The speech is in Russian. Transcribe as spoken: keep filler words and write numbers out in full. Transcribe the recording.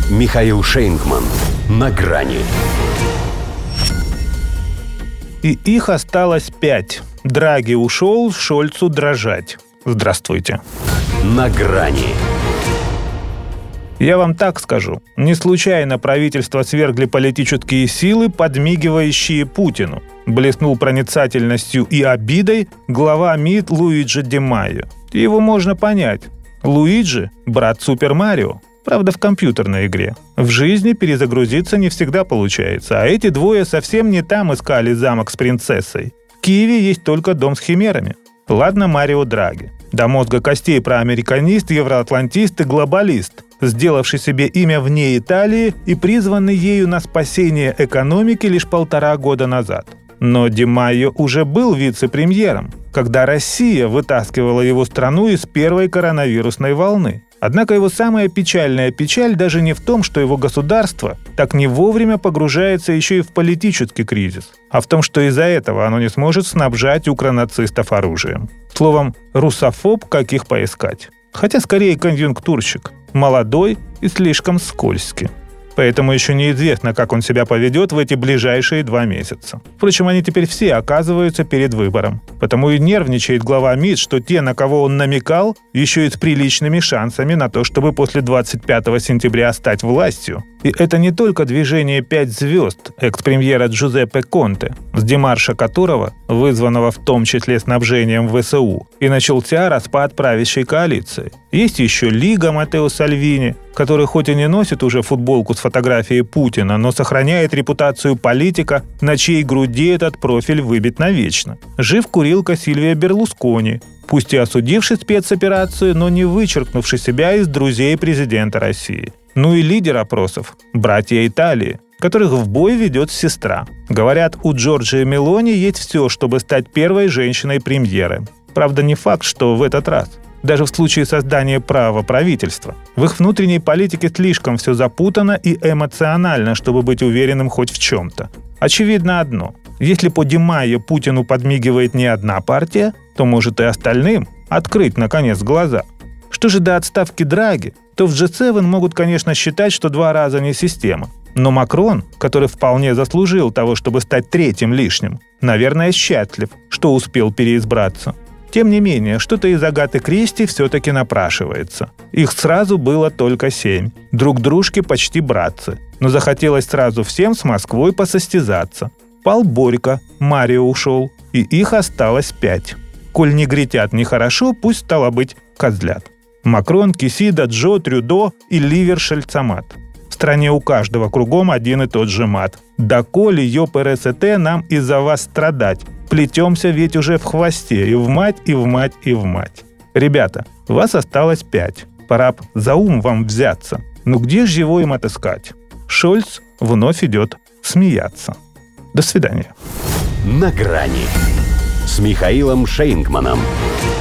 Михаил Шейнгман. На грани. И их осталось пять. Драги ушел, Шольцу дрожать. Здравствуйте. На грани. Я вам так скажу. Не случайно правительство свергли политические силы, подмигивающие Путину. Блеснул проницательностью и обидой глава МИД Луиджи Ди Майо. Его можно понять. Луиджи – брат Супер Марио. Правда, в компьютерной игре. В жизни перезагрузиться не всегда получается, а эти двое совсем не там искали замок с принцессой. В Киеве есть только дом с химерами. Ладно, Марио Драги. До мозга костей проамериканист, евроатлантист и глобалист, сделавший себе имя вне Италии и призванный ею на спасение экономики лишь полтора года назад. Но Ди Майо уже был вице-премьером, когда Россия вытаскивала его страну из первой коронавирусной волны. Однако его самая печальная печаль даже не в том, что его государство так не вовремя погружается еще и в политический кризис, а в том, что из-за этого оно не сможет снабжать укронацистов оружием. Словом, русофоб, как их поискать. Хотя скорее конъюнктурщик, молодой и слишком скользкий. Поэтому еще неизвестно, как он себя поведет в эти ближайшие два месяца. Впрочем, они теперь все оказываются перед выбором. Потому и нервничает глава МИД, что те, на кого он намекал, еще и с приличными шансами на то, чтобы после двадцать пятого сентября стать властью. И это не только движение «Пять звезд» экс-премьера Джузеппе Конте, с демарша которого, вызванного в том числе снабжением ВСУ, и начался распад правящей коалиции. Есть еще Лига Маттео Сальвини, который хоть и не носит уже футболку с фотографией Путина, но сохраняет репутацию политика, на чьей груди этот профиль выбит навечно. Жив курилка Сильвия Берлускони, пусть и осудивший спецоперацию, но не вычеркнувший себя из друзей президента России. Ну и лидер опросов – братья Италии, которых в бой ведет сестра. Говорят, у Джорджии Мелони есть все, чтобы стать первой женщиной-премьерой. Правда, не факт, что в этот раз. Даже в случае создания правого правительства. В их внутренней политике слишком все запутано и эмоционально, чтобы быть уверенным хоть в чем-то. Очевидно одно. Если по Ди Майо Путину подмигивает не одна партия, то может и остальным открыть, наконец, глаза. Что же до отставки Драги, то в джи семь могут, конечно, считать, что два раза не система. Но Макрон, который вполне заслужил того, чтобы стать третьим лишним, наверное, счастлив, что успел переизбраться. Тем не менее, что-то из Агаты Кристи все-таки напрашивается. Их сразу было только семь. Друг дружки почти братцы. Но захотелось сразу всем с Москвой посостязаться. Пал Борька, Марио ушел, и их осталось пять. Коль негритят нехорошо, пусть, стало быть, козлят. Макрон, Кисида, Джо, Трюдо и Ливер Шельцамат. В стране у каждого кругом один и тот же мат. «Доколе, ё-ПРСТ, нам из-за вас страдать? Плетемся ведь уже в хвосте, и в мать, и в мать, и в мать». Ребята, вас осталось пять. Пора б за ум вам взяться. Ну где же его им отыскать? Шольц вновь идет смеяться. До свидания. На грани с Михаилом Шейнгманом.